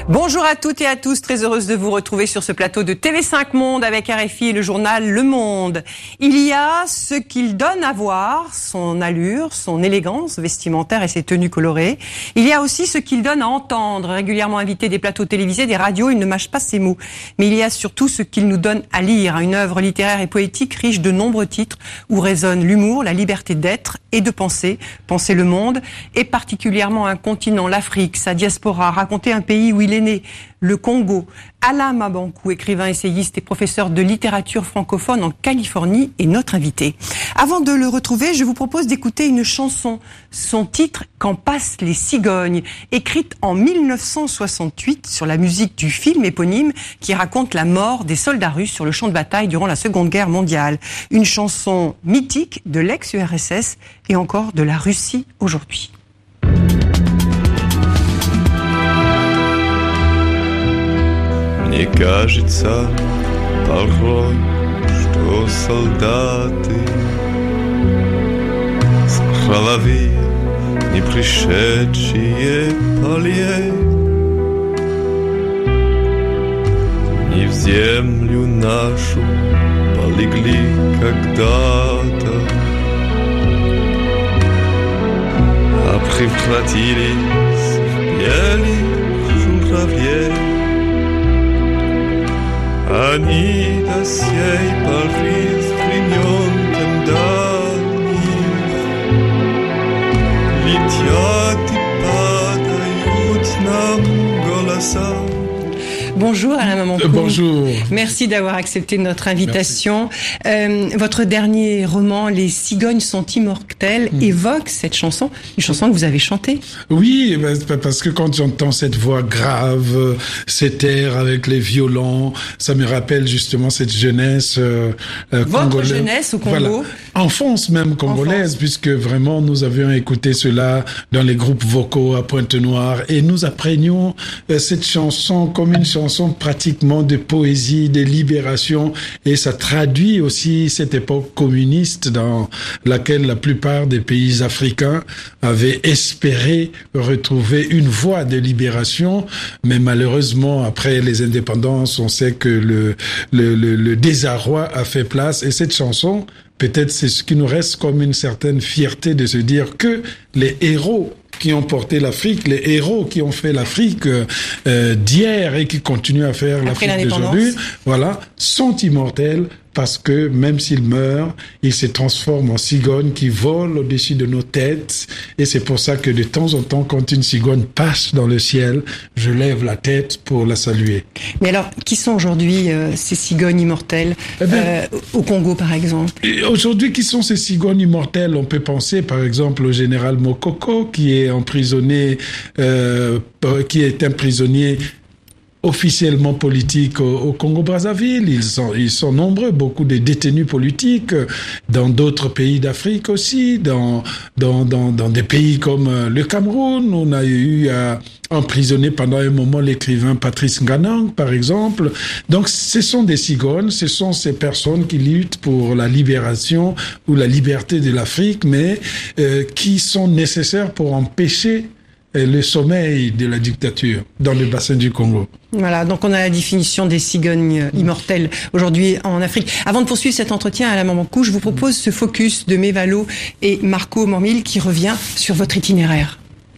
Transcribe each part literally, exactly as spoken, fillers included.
Bonjour à toutes et à tous, très heureuse de vous retrouver sur ce plateau de T V cinq Monde avec R F I et le journal Le Monde. Il y a ce qu'il donne à voir, son allure, son élégance vestimentaire et ses tenues colorées. Il y a aussi ce qu'il donne à entendre. Régulièrement invité des plateaux télévisés, des radios, il ne mâche pas ses mots. Mais il y a surtout ce qu'il nous donne à lire, une œuvre littéraire et poétique riche de nombreux titres où résonne l'humour, la liberté d'être et de penser, penser le monde, et particulièrement un continent, l'Afrique, sa diaspora, raconter un pays où il est né, le Congo. Alain Mabankou, écrivain, essayiste et professeur de littérature francophone en Californie, est notre invité. Avant de le retrouver, je vous propose d'écouter une chanson. Son titre, Quand passent les cigognes, écrite en mille neuf cent soixante-huit sur la musique du film éponyme qui raconte la mort des soldats russes sur le champ de bataille durant la Seconde Guerre mondiale. Une chanson mythique de l'ex-U R S S et encore de la Russie aujourd'hui. Мне кажется порой, что солдаты с кровавей не пришедшие полей не в землю нашу полегли когда-то, а превратились в белых журавлей. Они до сей поры с времен тем давних летят и падают нам голоса. Bonjour Alain Mabankou. Euh, bonjour. Merci d'avoir accepté notre invitation. Euh, votre dernier roman, Les cigognes sont immortelles, mmh. évoque cette chanson, une chanson que vous avez chantée. Oui, parce que quand j'entends cette voix grave, cet air avec les violons, ça me rappelle justement cette jeunesse euh, Votre congolaise. jeunesse au Congo. Voilà. Enfance même congolaise, Enfance. Puisque vraiment nous avions écouté cela dans les groupes vocaux à Pointe-Noire et nous apprenions euh, cette chanson comme une chanson pratiquement de poésie, de libération, et ça traduit aussi cette époque communiste dans laquelle la plupart des pays africains avaient espéré retrouver une voie de libération, mais malheureusement après les indépendances, on sait que le le, le, le désarroi a fait place, et cette chanson, peut-être c'est ce qui nous reste comme une certaine fierté de se dire que les héros qui ont porté l'Afrique, les héros qui ont fait l'Afrique euh, d'hier et qui continuent à faire Après l'Afrique d'aujourd'hui, voilà, sont immortels parce que même s'ils meurent, ils se transforment en cigognes qui volent au-dessus de nos têtes. Et c'est pour ça que de temps en temps, quand une cigogne passe dans le ciel, je lève la tête pour la saluer. Mais alors, qui sont aujourd'hui euh, ces cigognes immortelles eh bien, euh, au Congo, par exemple? Aujourd'hui, qui sont ces cigognes immortelles? On peut penser, par exemple, au général Mokoko, qui est emprisonné, euh, qui est un prisonnier officiellement politique au, au Congo-Brazzaville. Ils sont, ils sont nombreux, beaucoup de détenus politiques dans d'autres pays d'Afrique aussi, dans, dans, dans, dans des pays comme le Cameroun. On a eu à emprisonner pendant un moment l'écrivain Patrice Nganang, par exemple. Donc, ce sont des cigognes, ce sont ces personnes qui luttent pour la libération ou la liberté de l'Afrique, mais euh, qui sont nécessaires pour empêcher le sommeil de la dictature dans le bassin du Congo. Voilà, donc on a la définition des cigognes immortelles aujourd'hui en Afrique. Avant de poursuivre cet entretien à Alain Mabankou, je vous propose ce focus de Mévalo et Marco Mormil qui revient sur votre itinéraire.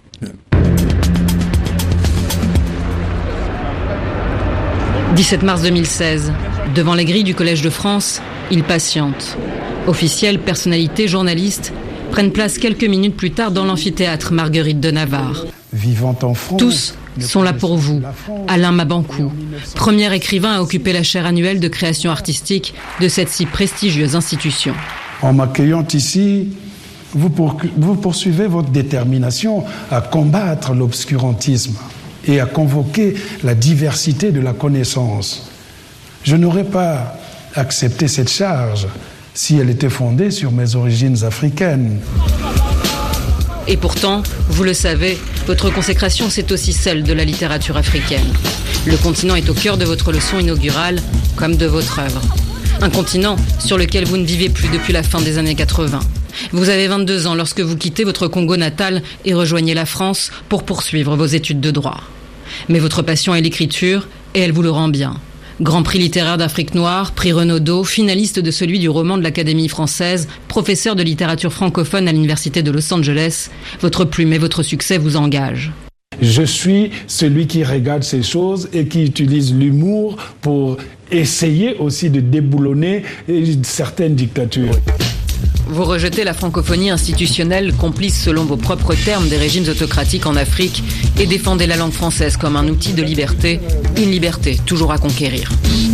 dix-sept mars deux mille seize, devant les grilles du Collège de France, il patiente. Officiels, personnalités, journalistes prennent place quelques minutes plus tard dans l'amphithéâtre Marguerite de Navarre. Tous sont là pour vous. Alain Mabankou, premier écrivain à occuper la chaire annuelle de création artistique de cette si prestigieuse institution. En m'accueillant ici, vous, pour, vous poursuivez votre détermination à combattre l'obscurantisme et à convoquer la diversité de la connaissance. Je n'aurais pas accepté cette charge si elle était fondée sur mes origines africaines. Et pourtant, vous le savez, votre consécration, c'est aussi celle de la littérature africaine. Le continent est au cœur de votre leçon inaugurale, comme de votre œuvre. Un continent sur lequel vous ne vivez plus depuis la fin des années quatre-vingts. Vous avez vingt-deux ans lorsque vous quittez votre Congo natal et rejoignez la France pour poursuivre vos études de droit. Mais votre passion est l'écriture et elle vous le rend bien. Grand prix littéraire d'Afrique noire, prix Renaudot, finaliste de celui du roman de l'Académie française, professeur de littérature francophone à l'Université de Los Angeles, votre plume et votre succès vous engagent. Je suis celui qui regarde ces choses et qui utilise l'humour pour essayer aussi de déboulonner certaines dictatures. Vous rejetez la francophonie institutionnelle, complice selon vos propres termes des régimes autocratiques en Afrique, et défendez la langue française comme un outil de liberté, une liberté toujours à conquérir.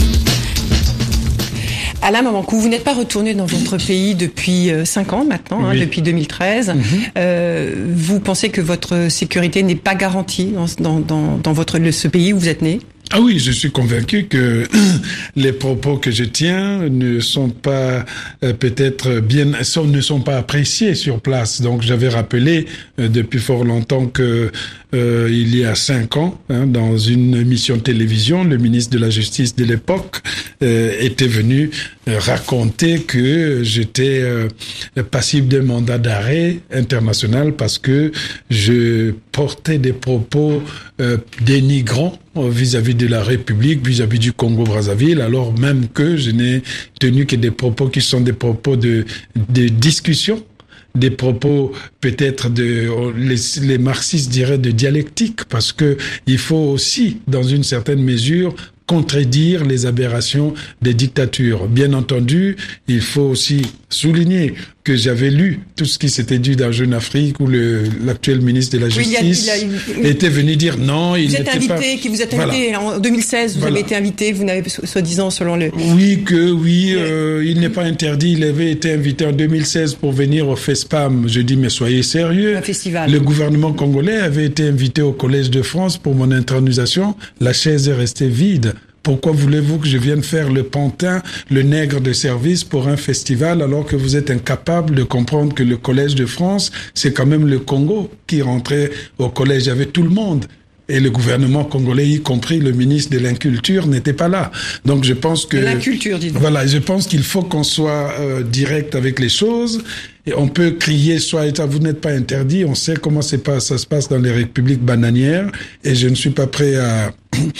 Alain Mamankou, vous n'êtes pas retourné dans votre pays depuis cinq ans maintenant, hein, oui. depuis deux mille treize. Mm-hmm. Euh, vous pensez que votre sécurité n'est pas garantie dans, dans, dans votre, ce pays où vous êtes né ? Ah oui, je suis convaincu que les propos que je tiens ne sont pas euh, peut-être bien, sont, ne sont pas appréciés sur place. Donc j'avais rappelé euh, depuis fort longtemps que euh, il y a cinq ans, hein, dans une émission de télévision, le ministre de la Justice de l'époque euh, était venu euh, raconter que j'étais euh, passible d'un mandat d'arrêt international parce que je portais des propos euh, dénigrants vis-à-vis de la République, vis-à-vis du Congo-Brazzaville, alors même que je n'ai tenu que des propos qui sont des propos de, de discussion, des propos peut-être de, les, les marxistes diraient de dialectique, parce que il faut aussi, dans une certaine mesure, contredire les aberrations des dictatures. Bien entendu, il faut aussi souligner que j'avais lu tout ce qui s'était dit dans Jeune Afrique où le, l'actuel ministre de la Justice oui, il a, il a, il, était venu dire non, il n'était pas... Vous êtes invité, qui vous êtes invité voilà. En deux mille seize, vous voilà. avez été invité, vous n'avez soi-disant selon le... Oui, que oui, euh, il n'est pas interdit, il avait été invité en deux mille seize pour venir au FESPAM. Je dis mais soyez sérieux. Un festival. Le gouvernement congolais avait été invité au Collège de France pour mon intronisation, la chaise est restée vide. Pourquoi voulez-vous que je vienne faire le pantin, le nègre de service pour un festival alors que vous êtes incapable de comprendre que le Collège de France, c'est quand même le Congo qui rentrait au collège avec tout le monde. Et le gouvernement congolais, y compris le ministre de l'Inculture, n'était pas là. Donc je pense que... L'Inculture, dis donc. Voilà, je pense qu'il faut qu'on soit euh, direct avec les choses. Et on peut crier, soit État, vous n'êtes pas interdit. On sait comment c'est pas, ça se passe dans les républiques bananières. Et je ne suis pas prêt à,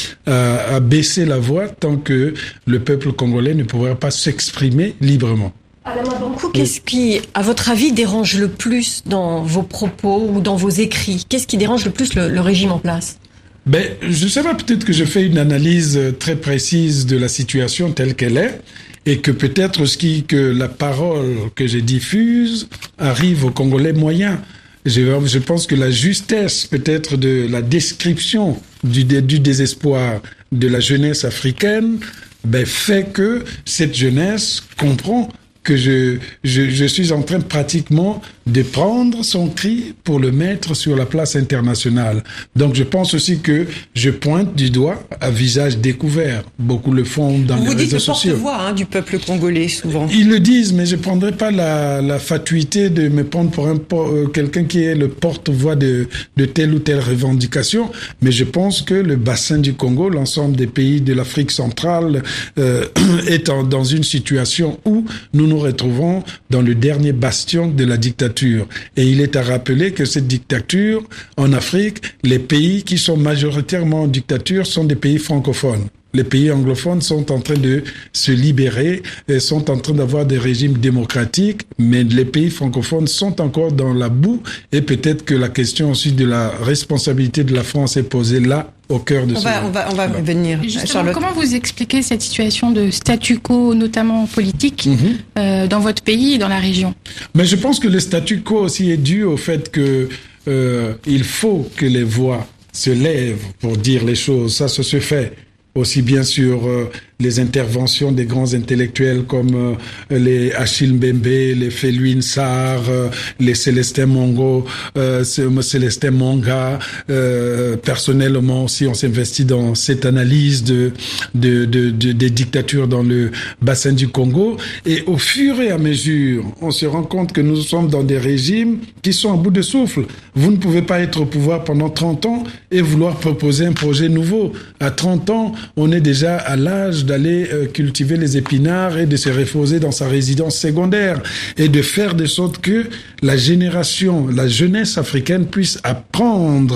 à, à baisser la voix tant que le peuple congolais ne pourra pas s'exprimer librement. Alain Mabankou, qu'est-ce qui, à votre avis, dérange le plus dans vos propos ou dans vos écrits ? Qu'est-ce qui dérange le plus le, le régime en place ? Ben, je sais pas, peut-être que je fais une analyse très précise de la situation telle qu'elle est et que peut-être ce qui, que la parole que je diffuse arrive aux Congolais moyens. Je, je pense que la justesse peut-être de la description du, du désespoir de la jeunesse africaine ben, fait que cette jeunesse comprend que je, je, je suis en train pratiquement de prendre son cri pour le mettre sur la place internationale. Donc je pense aussi que je pointe du doigt à visage découvert. Beaucoup le font dans Vous les réseaux sociaux. Vous dites le porte-voix hein, du peuple congolais, souvent. Ils le disent, mais je ne prendrai pas la, la fatuité de me prendre pour un, euh, quelqu'un qui est le porte-voix de, de telle ou telle revendication. Mais je pense que le bassin du Congo, l'ensemble des pays de l'Afrique centrale, euh, est en, dans une situation où nous nous retrouvons dans le dernier bastion de la dictature. Et il est à rappeler que cette dictature, en Afrique, les pays qui sont majoritairement en dictature sont des pays francophones. Les pays anglophones sont en train de se libérer et sont en train d'avoir des régimes démocratiques, mais les pays francophones sont encore dans la boue et peut-être que la question aussi de la responsabilité de la France est posée là, au cœur de on ce... Va, on va, on va Alors. venir. Justement, comment vous expliquez cette situation de statu quo, notamment politique, mm-hmm. euh, dans votre pays et dans la région ? Mais je pense que le statu quo aussi est dû au fait que euh, il faut que les voix se lèvent pour dire les choses. Ça, ça se fait. Aussi bien sur euh, les interventions des grands intellectuels comme euh, les Achille Mbembe, les Felwine Sarr, euh, les Célestin Mongo, euh, Célestin Monga. Euh, personnellement aussi, on s'investit dans cette analyse de, de, de, de des dictatures dans le bassin du Congo. Et au fur et à mesure, on se rend compte que nous sommes dans des régimes qui sont à bout de souffle. Vous ne pouvez pas être au pouvoir pendant trente ans et vouloir proposer un projet nouveau. À trente ans, on est déjà à l'âge d'aller euh, cultiver les épinards et de se reposer dans sa résidence secondaire et de faire de sorte que la génération, la jeunesse africaine puisse apprendre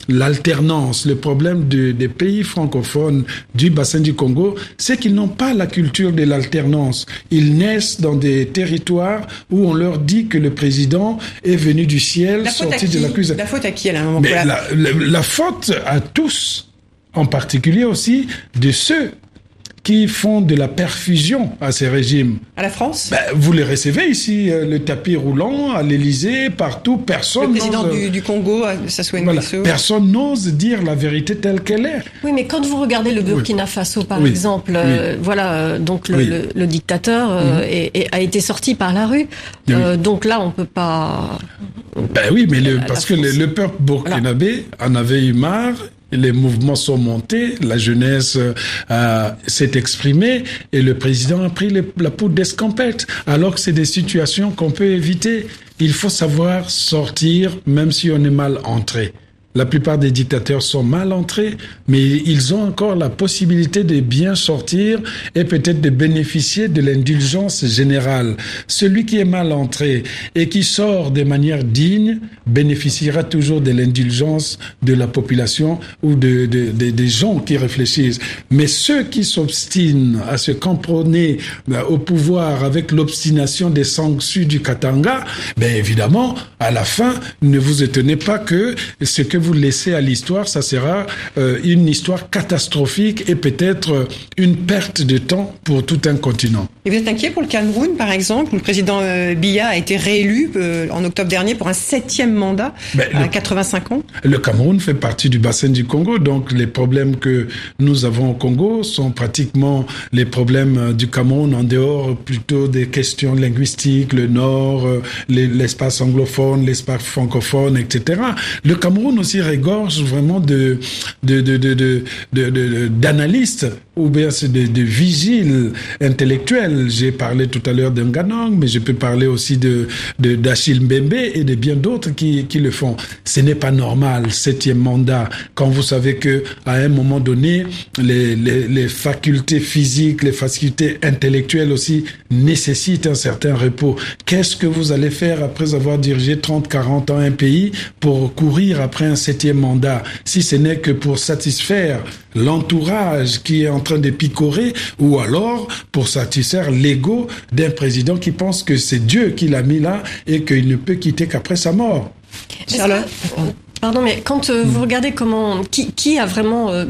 l'alternance, le problème de, des pays francophones du bassin du Congo, c'est qu'ils n'ont pas la culture de l'alternance. Ils naissent dans des territoires où on leur dit que le président est venu du ciel, sorti de la cuisine. La faute à qui, à un moment? Mais la, la, la faute à tous, en particulier aussi de ceux qui font de la perfusion à ces régimes. À la France? Ben, vous les recevez ici, euh, le tapis roulant, à l'Élysée, partout, personne Le président n'ose... du, du Congo, Sassou Voilà. Nguesso. Personne n'ose dire la vérité telle qu'elle est. Oui, mais quand vous regardez le Burkina Faso, par Oui. exemple, Oui. euh, voilà, euh, donc le, Oui. le, le dictateur euh, Mhm. est- est- a été sorti par la rue. Oui. Euh, donc là, on peut pas... Ben oui, mais le, La- parce la que le, France. le peuple burkinabé en avait eu marre. Les mouvements sont montés, la jeunesse euh, s'est exprimée et le président a pris les, la poudre d'escampette. Alors que c'est des situations qu'on peut éviter. Il faut savoir sortir même si on est mal entré. La plupart des dictateurs sont mal entrés, mais ils ont encore la possibilité de bien sortir et peut-être de bénéficier de l'indulgence générale. Celui qui est mal entré et qui sort de manière digne bénéficiera toujours de l'indulgence de la population ou de, de, de, des gens qui réfléchissent. Mais ceux qui s'obstinent à se cramponner au pouvoir avec l'obstination des sangsues du Katanga, ben évidemment, à la fin, ne vous étonnez pas que ce que vous laissez à l'histoire, ça sera euh, une histoire catastrophique et peut-être une perte de temps pour tout un continent. Et vous êtes inquiet pour le Cameroun, par exemple, où le président euh, Biya a été réélu euh, en octobre dernier pour un septième mandat Ben, à le- quatre-vingt-cinq ans? Le Cameroun fait partie du bassin du Congo, donc les problèmes que nous avons au Congo sont pratiquement les problèmes du Cameroun en dehors plutôt des questions linguistiques, le nord, euh, les- l'espace anglophone, l'espace francophone, et cetera. Le Cameroun aussi regorge vraiment de de de de de, de, de- d'analystes ou bien c'est de, de vigiles intellectuels. J'ai parlé tout à l'heure d'un Ganong, mais je peux parler aussi de de d'Achille Mbembe et de bien d'autres qui qui le font. Ce n'est pas normal, septième mandat, quand vous savez que à un moment donné, les les les facultés physiques, les facultés intellectuelles aussi nécessitent un certain repos. Qu'est-ce que vous allez faire après avoir dirigé trente, quarante ans un pays pour courir après un septième mandat, si ce n'est que pour satisfaire l'entourage qui est en train de picorer, ou alors pour satisfaire l'ego d'un président qui pense que c'est Dieu qui l'a mis là et qu'il ne peut quitter qu'après sa mort. Est-ce Charlotte? que- Pardon, mais quand euh, vous regardez comment... Qui, qui a vraiment... euh,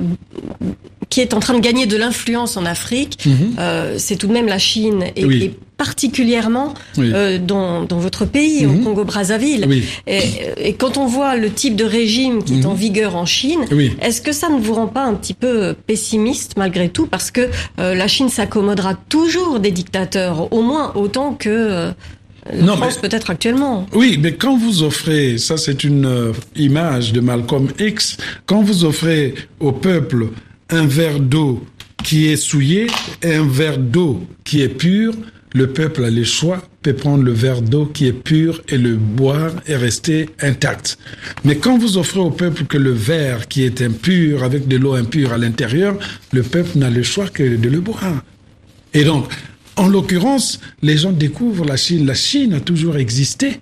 qui est en train de gagner de l'influence en Afrique, Mhm. euh, c'est tout de même la Chine, et, Oui. et particulièrement Oui. euh, dans, dans votre pays, Mhm. au Congo-Brazzaville. Oui. Et, et quand on voit le type de régime qui est Mhm. en vigueur en Chine, Oui. est-ce que ça ne vous rend pas un petit peu pessimiste malgré tout? Parce que euh, la Chine s'accommodera toujours des dictateurs, au moins autant que euh, la Non, France mais- peut-être actuellement. Oui, mais quand vous offrez, ça c'est une euh, image de Malcolm X, quand vous offrez au peuple un verre d'eau qui est souillé et un verre d'eau qui est pur, le peuple a le choix, peut prendre le verre d'eau qui est pur et le boire et rester intact. Mais quand vous offrez au peuple que le verre qui est impur avec de l'eau impure à l'intérieur, le peuple n'a le choix que de le boire. Et donc, en l'occurrence, les gens découvrent la Chine. La Chine a toujours existé.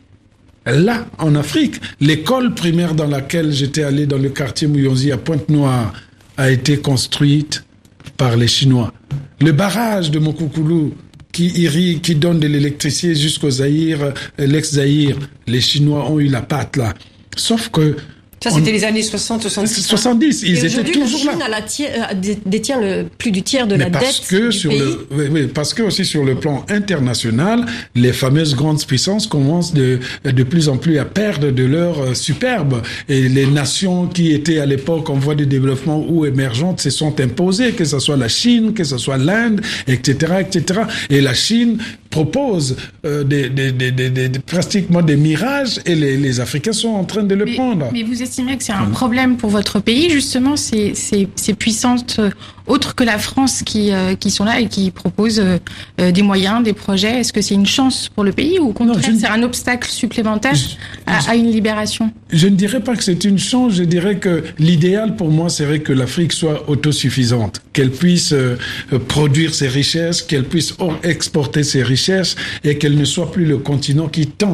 Là, en Afrique, l'école primaire dans laquelle j'étais allé dans le quartier Muyonzi à Pointe-Noire a été construite par les Chinois. Le barrage de Mokoukoulou qui irrigue, qui donne de l'électricité jusqu'au Zaïre, l'ex-Zaïre, les Chinois ont eu la patte là. Sauf que Ça, c'était les années soixante, soixante-dix. soixante-dix, ils Et étaient aujourd'hui, toujours la là. Chine a la tie- a dé- détient le, plus du tiers de Mais la parce dette que du sur pays. le, oui, oui, parce que aussi sur le plan international, les fameuses grandes puissances commencent de, de plus en plus à perdre de leur euh, superbe. Et les nations qui étaient à l'époque en voie de développement ou émergentes se sont imposées, que ce soit la Chine, que ce soit l'Inde, et cetera, et cetera. Et la Chine propose euh, des, des, des, des, des- pratiquement des mirages et les, les Africains sont en train de le Mais, prendre. mais vous estimez que c'est un problème pour votre pays, justement, ces, ces, ces puissances euh, autres que la France qui, euh, qui sont là et qui proposent euh, euh, des moyens, des projets? Est-ce que c'est une chance pour le pays ou au contraire, je ne- c'est un obstacle supplémentaire Je- à, à une libération? Je ne dirais pas que c'est une chance, je dirais que l'idéal pour moi serait que l'Afrique soit autosuffisante, qu'elle puisse euh, produire ses richesses, qu'elle puisse or- exporter ses richesses et qu'elle ne soit plus le continent qui tend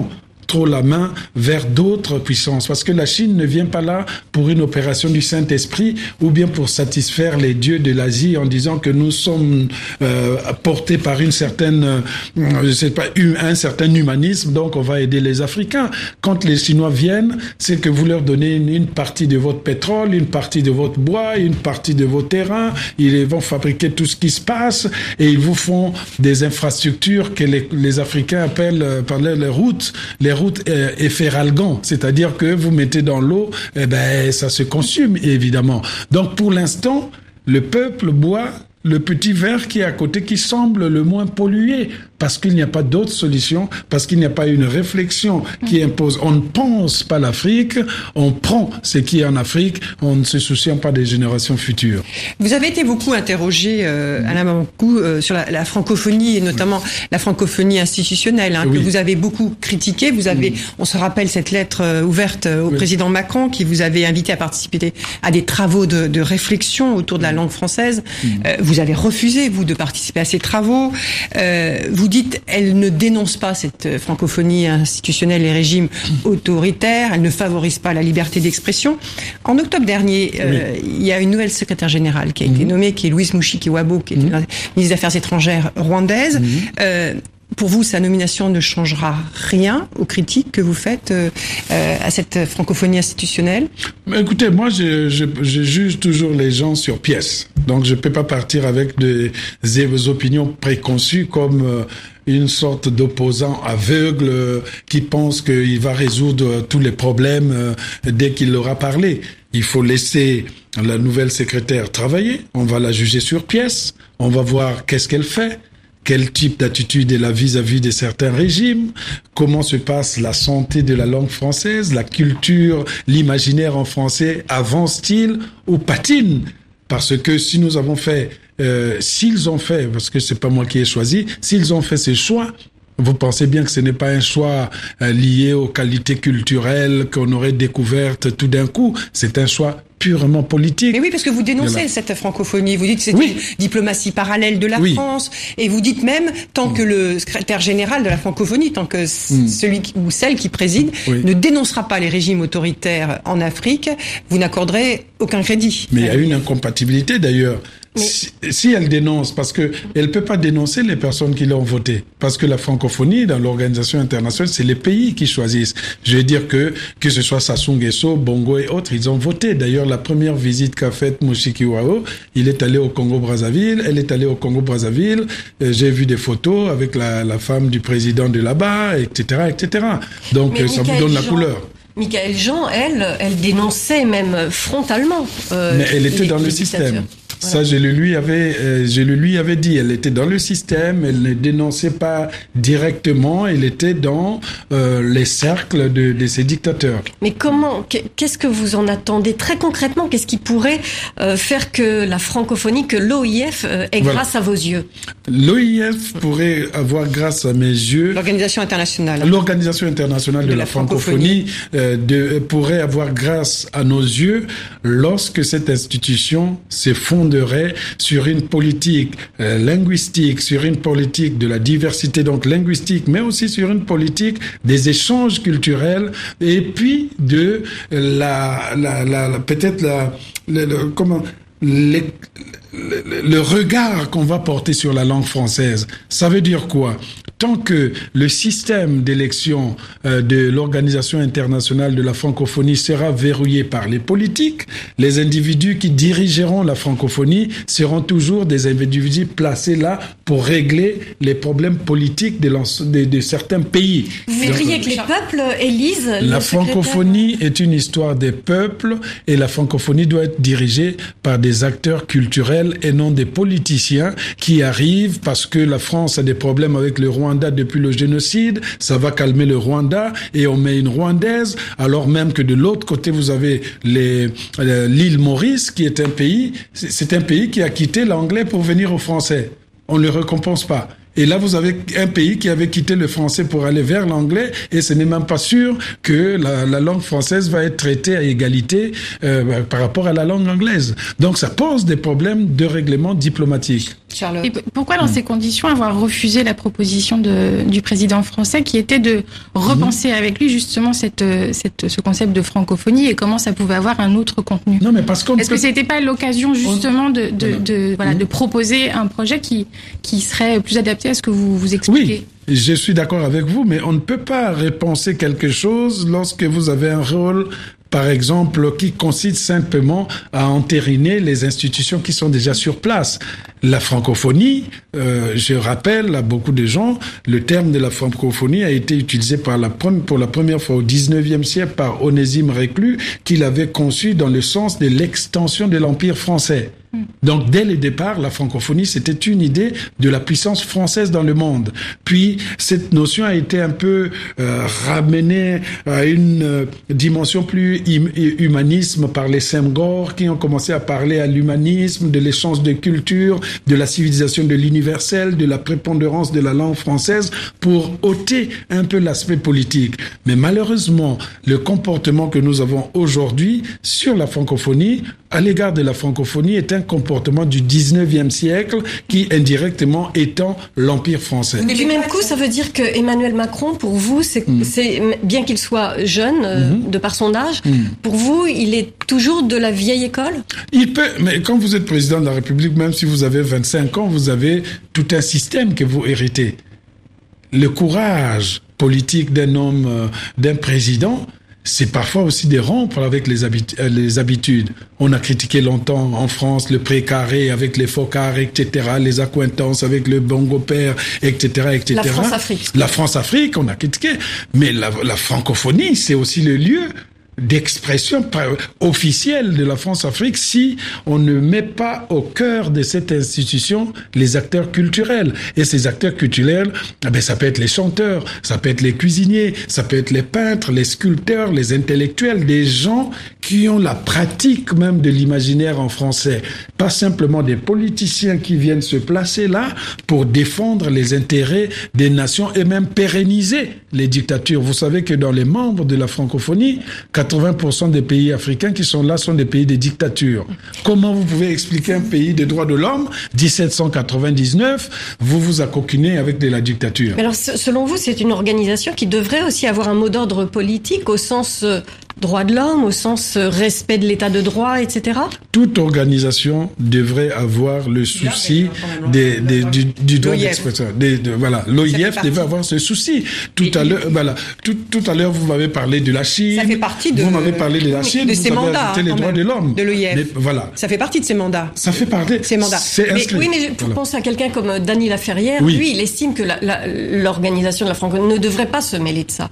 trop la main vers d'autres puissances. Parce que la Chine ne vient pas là pour une opération du Saint-Esprit ou bien pour satisfaire les dieux de l'Asie en disant que nous sommes euh, portés par une certaine, euh, je sais pas, un certain humanisme, donc on va aider les Africains. Quand les Chinois viennent, c'est que vous leur donnez une, une partie de votre pétrole, une partie de votre bois, une partie de vos terrains. Ils vont fabriquer tout ce qui se passe et ils vous font des infrastructures que les, les Africains appellent euh, par les, les routes, les routes euh, efferalgan, c'est-à-dire que vous mettez dans l'eau, eh ben ça se consume évidemment. Donc pour l'instant, le peuple boit le petit verre qui est à côté qui semble le moins pollué parce qu'il n'y a pas d'autre solution, parce qu'il n'y a pas une réflexion qui impose. On ne pense pas l'Afrique, on prend ce qui est en Afrique, on ne se soucie pas des générations futures. Vous avez été beaucoup interrogé, euh, Alain Mamankou, euh, sur la, la francophonie et notamment oui. la francophonie institutionnelle, hein, oui. que vous avez beaucoup critiqué. Vous avez, oui. on se rappelle cette lettre euh, ouverte au oui. président Macron qui vous avait invité à participer à des travaux de, de réflexion autour de la langue française. Oui. Euh, vous avez refusé, vous, de participer à ces travaux. Euh, vous dites, elle ne dénonce pas cette francophonie institutionnelle et régime autoritaire, elle ne favorise pas la liberté d'expression. En octobre dernier, oui. euh, il y a une nouvelle secrétaire générale qui a été mmh. nommée, qui est Louise Mushikiwabo, qui est mmh. une ministre des Affaires étrangères rwandaise. Mmh. Euh, Pour vous, sa nomination ne changera rien aux critiques que vous faites euh, à cette francophonie institutionnelle ? Mais écoutez, moi, je, je, je juge toujours les gens sur pièce. Donc, je ne peux pas partir avec des, des opinions préconçues comme euh, une sorte d'opposant aveugle euh, qui pense qu'il va résoudre tous les problèmes euh, dès qu'il aura parlé. Il faut laisser la nouvelle secrétaire travailler. On va la juger sur pièce. On va voir qu'est-ce qu'elle fait. Quel type d'attitude elle a vis-à-vis de certains régimes, comment se passe la santé de la langue française, la culture, l'imaginaire en français avance-t-il ou patine? Parce que si nous avons fait, euh, s'ils ont fait, parce que c'est pas moi qui ai choisi, s'ils ont fait ces choix, vous pensez bien que ce n'est pas un choix euh, lié aux qualités culturelles qu'on aurait découvertes tout d'un coup, c'est un choix purement politique. Mais oui, parce que vous dénoncez voilà. cette francophonie. Vous dites que c'est oui. une diplomatie parallèle de la oui. France. Et vous dites même, tant que le secrétaire général de la francophonie, tant que mm. celui qui, ou celle qui préside, oui. ne dénoncera pas les régimes autoritaires en Afrique, vous n'accorderez aucun crédit. Mais il y a une incompatibilité d'ailleurs. Mais... Si, si elle dénonce, parce que elle peut pas dénoncer les personnes qui l'ont voté, parce que la francophonie dans l'organisation internationale, c'est les pays qui choisissent. Je veux dire que que ce soit Sassou Nguesso, Bongo et autres, ils ont voté. D'ailleurs, la première visite qu'a faite Mushikiwabo, il est allé au Congo-Brazzaville, elle est allée au Congo-Brazzaville. Euh, j'ai vu des photos avec la, la femme du président de là-bas, et cetera, et cetera. Donc euh, ça vous donne la Jean... couleur. Michaëlle Jean, elle, elle dénonçait même frontalement. Euh, Mais elle était dans le système. Voilà. Ça, je le lui avais, euh, je le lui avais dit. Elle était dans le système. Elle ne dénonçait pas directement. Elle était dans euh, les cercles de, de ces dictateurs. Mais comment, qu'est-ce que vous en attendez très concrètement? Qu'est-ce qui pourrait euh, faire que la francophonie, que l'O I F euh, ait voilà. grâce à vos yeux? L'O I F pourrait avoir grâce à mes yeux. L'Organisation internationale. L'Organisation internationale de, de la, la francophonie, francophonie euh, de, pourrait avoir grâce à nos yeux lorsque cette institution se fonderait sur une politique euh, linguistique, sur une politique de la diversité donc linguistique, mais aussi sur une politique des échanges culturels et puis de la, la, la, la peut-être la, le, le, comment les, le, le regard qu'on va porter sur la langue française. Ça veut dire quoi? Tant que le système d'élection euh, de l'Organisation internationale de la francophonie sera verrouillé par les politiques, les individus qui dirigeront la francophonie seront toujours des individus placés là pour régler les problèmes politiques de, de, de certains pays. Vous voudriez que les peuples élisent la francophonie est une histoire des peuples et la francophonie doit être dirigée par des acteurs culturels et non des politiciens qui arrivent parce que la France a des problèmes avec le Rwanda depuis le génocide, ça va calmer le Rwanda et on met une Rwandaise, alors même que de l'autre côté vous avez les, l'île Maurice qui est un pays, c'est un pays qui a quitté l'anglais pour venir au français. On ne le récompense pas. Et là, vous avez un pays qui avait quitté le français pour aller vers l'anglais et ce n'est même pas sûr que la, la langue française va être traitée à égalité euh, par rapport à la langue anglaise. Donc, ça pose des problèmes de règlement diplomatique. Charlotte. Et pourquoi, dans mmh. ces conditions, avoir refusé la proposition de, du président français qui était de repenser mmh. avec lui justement cette, cette, ce concept de francophonie et comment ça pouvait avoir un autre contenu? Non, mais parce qu'on Est-ce peut... que c'était pas l'occasion justement on... de, de, de, de, voilà, mmh. de proposer un projet qui, qui serait plus adapté à ce que vous vous expliquez? Oui, je suis d'accord avec vous, mais on ne peut pas repenser quelque chose lorsque vous avez un rôle, par exemple, qui consiste simplement à entériner les institutions qui sont déjà sur place. La francophonie, euh, je rappelle à beaucoup de gens, le terme de la francophonie a été utilisé par la, pour la première fois au dix-neuvième siècle par Onésime Reclus, qui l'avait conçu dans le sens de l'extension de l'Empire français. Donc, dès le départ, la francophonie, c'était une idée de la puissance française dans le monde. Puis, cette notion a été un peu euh, ramenée à une euh, dimension plus hum- humanisme par les Senghor, qui ont commencé à parler à l'humanisme, de l'échange de culture, de la civilisation de l'universel, de la prépondérance de la langue française, pour ôter un peu l'aspect politique. Mais malheureusement, le comportement que nous avons aujourd'hui sur la francophonie, à l'égard de la francophonie, est un comportement du dix-neuvième siècle qui indirectement étend l'Empire français. Mais du même coup, ça veut dire que Emmanuel Macron, pour vous, c'est, mmh. c'est bien qu'il soit jeune, euh, mmh. de par son âge, mmh. pour vous, il est toujours de la vieille école? Il peut, mais quand vous êtes président de la République, même si vous avez vingt-cinq ans, vous avez tout un système que vous héritez. Le courage politique d'un homme, euh, d'un président, c'est parfois aussi de rompre avec les, habit- les habitudes. On a critiqué longtemps en France le précaré avec les focards, et cetera, les accointances avec le bongo-père, et cetera, et cetera. La France-Afrique. La France-Afrique, on a critiqué. Mais la, la francophonie, c'est aussi le lieu d'expression officielle de la France-Afrique si on ne met pas au cœur de cette institution les acteurs culturels. Et ces acteurs culturels, eh ben, ça peut être les chanteurs, ça peut être les cuisiniers, ça peut être les peintres, les sculpteurs, les intellectuels, des gens qui ont la pratique même de l'imaginaire en français. Pas simplement des politiciens qui viennent se placer là pour défendre les intérêts des nations et même pérenniser les dictatures. Vous savez que dans les membres de la francophonie, quatre-vingts pour cent des pays africains qui sont là sont des pays de dictature. Comment vous pouvez expliquer un pays des droits de l'homme, dix-sept cent quatre-vingt-dix-neuf, vous vous accoquinez avec de la dictature? Mais alors, selon vous, c'est une organisation qui devrait aussi avoir un mot d'ordre politique au sens euh, droit de l'homme, au sens euh, respect de l'état de droit, et cetera? Toute organisation devrait avoir le souci des, des, du, du droit d'expression. Des, de, voilà, l'O I F devait avoir ce souci. Tout à l'heure, voilà, tout, tout à l'heure, vous m'avez parlé de la Chine. Ça fait partie de. Vous m'avez parlé de la Chine. De ses vous mandats. Avez les droits de l'homme. De l'O I F. Mais, voilà. Ça fait partie de ses mandats. Ça fait partie. Ses mandats. C'est mais, oui, mais pour voilà. penser à quelqu'un comme Dany Laferrière, oui. lui, il estime que la, la, l'organisation de la francophonie ne devrait pas se mêler de ça.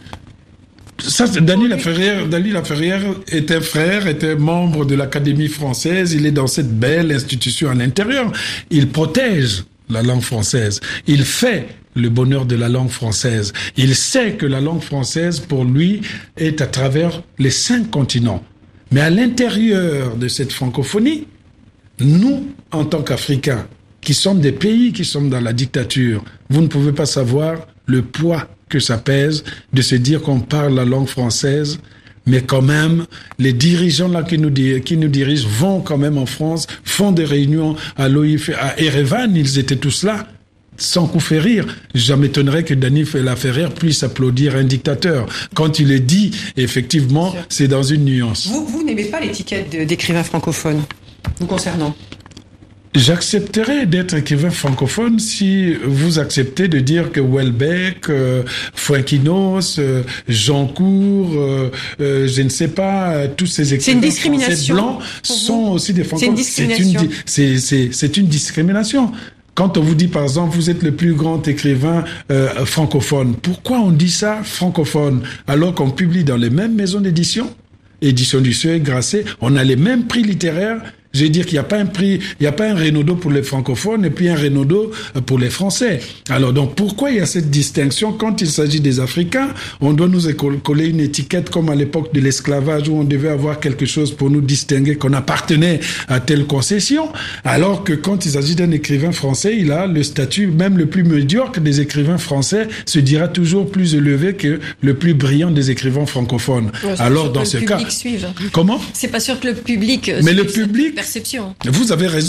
Ça, Dany Laferrière, Dany Laferrière est un frère, est un membre de l'Académie française. Il est dans cette belle institution à l'intérieur. Il protège la langue française. Il fait le bonheur de la langue française. Il sait que la langue française, pour lui, est à travers les cinq continents. Mais à l'intérieur de cette francophonie, nous, en tant qu'Africains, qui sommes des pays qui sommes dans la dictature, vous ne pouvez pas savoir le poids que ça pèse de se dire qu'on parle la langue française, mais quand même, les dirigeants là qui nous, qui nous dirigent vont quand même en France, font des réunions à l'O I F, à Erevan, ils étaient tous là, sans coup fait rire. Je m'étonnerais que Dany Laferrière puisse applaudir un dictateur. Quand il est dit, effectivement, c'est dans une nuance. Vous, vous n'aimez pas l'étiquette de, d'écrivain francophone, vous concernant? J'accepterais d'être écrivain francophone si vous acceptez de dire que Houellebecq, euh, Fuenquinos, euh, Jancourt, euh, euh, je ne sais pas, euh, tous ces écrivains français blancs sont aussi des francophones. C'est une discrimination. C'est une, c'est, c'est, c'est une discrimination. Quand on vous dit, par exemple, vous êtes le plus grand écrivain euh, francophone, pourquoi on dit ça francophone alors qu'on publie dans les mêmes maisons d'édition, Édition du Seuil, Grasset, on a les mêmes prix littéraires? Je veux dire qu'il n'y a pas un prix, il n'y a pas un Renaudot pour les francophones et puis un Renaudot pour les Français. Alors donc pourquoi il y a cette distinction quand il s'agit des Africains? On doit nous coller une étiquette comme à l'époque de l'esclavage où on devait avoir quelque chose pour nous distinguer qu'on appartenait à telle concession. Alors que quand il s'agit d'un écrivain français, il a le statut, même le plus médiocre des écrivains français se dira toujours plus élevé que le plus brillant des écrivains francophones. Ouais, alors dans ce cas, suive. Comment? C'est pas sûr que le public. Mais le public. Perception. Vous avez raison.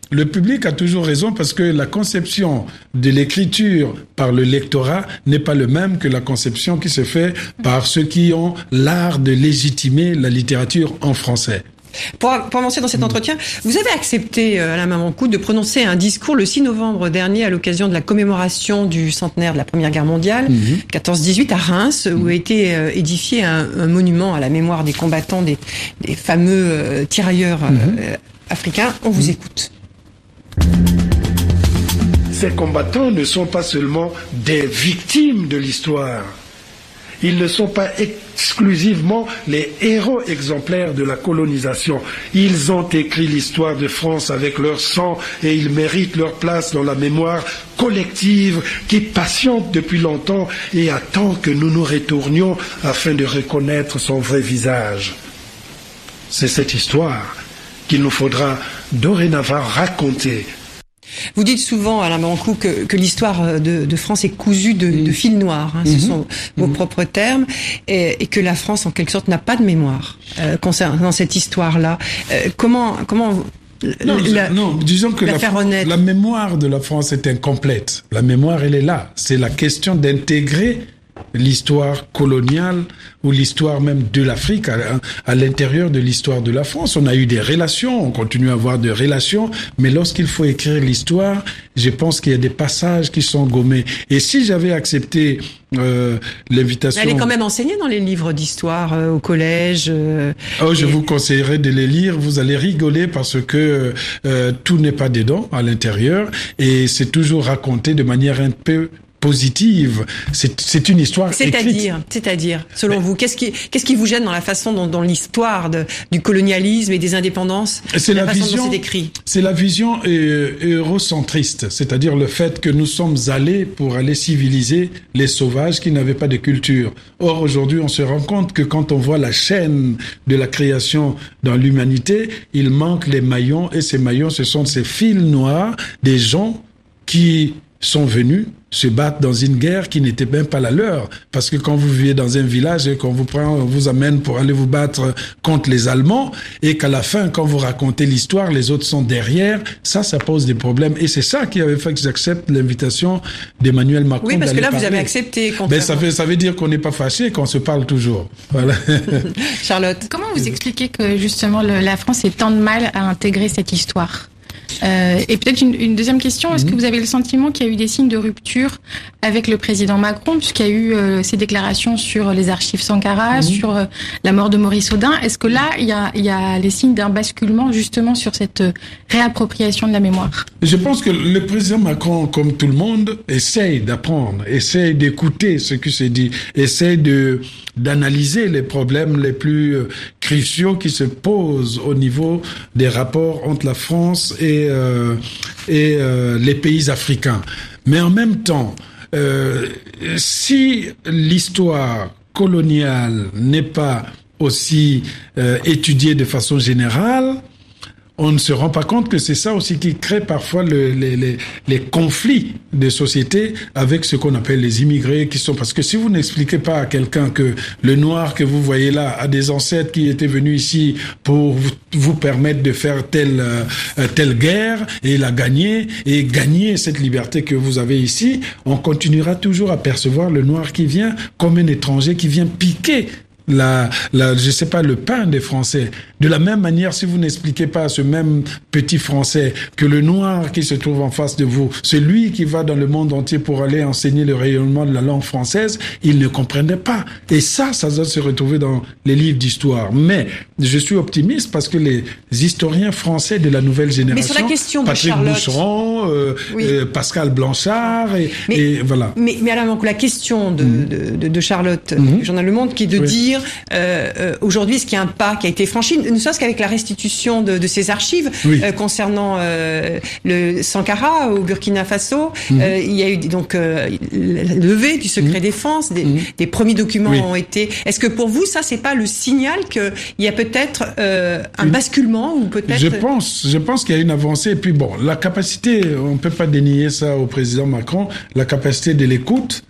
Le public a toujours raison parce que la conception de l'écriture par le lectorat n'est pas le même que la conception qui se fait par ceux qui ont l'art de légitimer la littérature en français. Pour, pour avancer dans cet entretien, vous avez accepté, euh, Alain Mamancout, de prononcer un discours le six novembre dernier à l'occasion de la commémoration du centenaire de la Première Guerre mondiale, mm-hmm. quatorze dix-huit à Reims, où a été euh, édifié un, un monument à la mémoire des combattants, des, des fameux euh, tirailleurs euh, mm-hmm. africains. On vous mm-hmm. écoute. Ces combattants ne sont pas seulement des victimes de l'histoire. Ils ne sont pas exclusivement les héros exemplaires de la colonisation. Ils ont écrit l'histoire de France avec leur sang et ils méritent leur place dans la mémoire collective qui patiente depuis longtemps et attend que nous nous retournions afin de reconnaître son vrai visage. C'est cette histoire qu'il nous faudra dorénavant raconter. Vous dites souvent, Alain Mamancout, que, que l'histoire de, de France est cousue de, mmh. de fils noirs, hein, mmh. ce sont vos mmh. propres termes, et, et que la France, en quelque sorte, n'a pas de mémoire euh, concernant cette histoire-là. Euh, comment, comment non, la, non, disons que la, la, faire renaître. La mémoire de la France est incomplète. La mémoire, elle est là. C'est la question d'intégrer l'histoire coloniale ou l'histoire même de l'Afrique à, à l'intérieur de l'histoire de la France. On a eu des relations, on continue à avoir des relations, mais lorsqu'il faut écrire l'histoire, je pense qu'il y a des passages qui sont gommés. Et si j'avais accepté euh, l'invitation... Elle est quand même enseignée dans les livres d'histoire euh, au collège. Euh, oh, je et... vous conseillerais de les lire. Vous allez rigoler parce que euh, tout n'est pas dedans à l'intérieur et c'est toujours raconté de manière un peu positive. C'est, c'est une histoire C'est-à-dire, écrite. c'est-à-dire, selon Mais, vous, qu'est-ce qui, qu'est-ce qui vous gêne dans la façon dont, dont l'histoire de, du colonialisme et des indépendances, c'est la, la vision, façon dont c'est écrit? C'est la vision euh, eurocentriste, c'est-à-dire le fait que nous sommes allés pour aller civiliser les sauvages qui n'avaient pas de culture. Or, aujourd'hui, on se rend compte que quand on voit la chaîne de la création dans l'humanité, il manque les maillons, et ces maillons, ce sont ces fils noirs des gens qui sont venus se battre dans une guerre qui n'était même pas la leur. Parce que quand vous vivez dans un village et qu'on vous prend, on vous amène pour aller vous battre contre les Allemands, et qu'à la fin, quand vous racontez l'histoire, les autres sont derrière, ça, ça pose des problèmes. Et c'est ça qui avait fait que j'accepte l'invitation d'Emmanuel Macron. Oui, parce que là, parler. Vous avez accepté. Ben, ça veut, ça veut dire qu'on n'est pas fâché, qu'on se parle toujours. Voilà. Charlotte. Comment vous expliquez que, justement, le, la France ait tant de mal à intégrer cette histoire ? Euh, et peut-être une, une deuxième question, est-ce mmh. que vous avez le sentiment qu'il y a eu des signes de rupture avec le président Macron, puisqu'il y a eu euh, ces déclarations sur les archives Sankara, mmh. sur euh, la mort de Maurice Audin? Est-ce que là, il y a, il y a les signes d'un basculement justement sur cette euh, réappropriation de la mémoire? Je pense que le président Macron, comme tout le monde, essaye d'apprendre, essaye d'écouter ce qui se dit, essaye de d'analyser les problèmes les plus euh, cruciaux qui se posent au niveau des rapports entre la France et euh, et euh, les pays africains. Mais en même temps, euh, si l'histoire coloniale n'est pas aussi euh, étudiée de façon générale, on ne se rend pas compte que c'est ça aussi qui crée parfois le, les, les, les conflits de société avec ce qu'on appelle les immigrés qui sont... Parce que si vous n'expliquez pas à quelqu'un que le noir que vous voyez là a des ancêtres qui étaient venus ici pour vous, vous permettre de faire telle, euh, telle guerre, et la gagner, et gagner cette liberté que vous avez ici, on continuera toujours à percevoir le noir qui vient comme un étranger qui vient piquer la, la, je sais pas, le pain des Français. De la même manière, si vous n'expliquez pas à ce même petit Français que le noir qui se trouve en face de vous, celui qui va dans le monde entier pour aller enseigner le rayonnement de la langue française, il ne comprendrait pas. Et ça, ça doit se retrouver dans les livres d'histoire. Mais je suis optimiste parce que les historiens français de la nouvelle génération, mais sur la question de Patrick Charlotte, Boucheron, euh, oui. euh, Pascal Blanchard, et, mais, et voilà. Mais, mais alors, la question de, mmh. de, de, de Charlotte, mmh. du journal Le Monde, qui est de oui. dire euh, euh, aujourd'hui, est-ce qu'il y a un pas qui a été franchi, ne serait-ce qu'avec la restitution de, de ces archives oui. euh, concernant euh, le Sankara au Burkina Faso, mmh. euh, il y a eu donc euh, levé du secret mmh. défense, des, mmh. des premiers documents oui. ont été. Est-ce que pour vous, ça, c'est pas le signal qu'il y a peut-être euh, un Une... basculement ou peut-être? Je pense, je pense qu'il y a une avancée. Et puis bon, la capacité, on peut pas dénier ça au président Macron, la capacité de l'écoute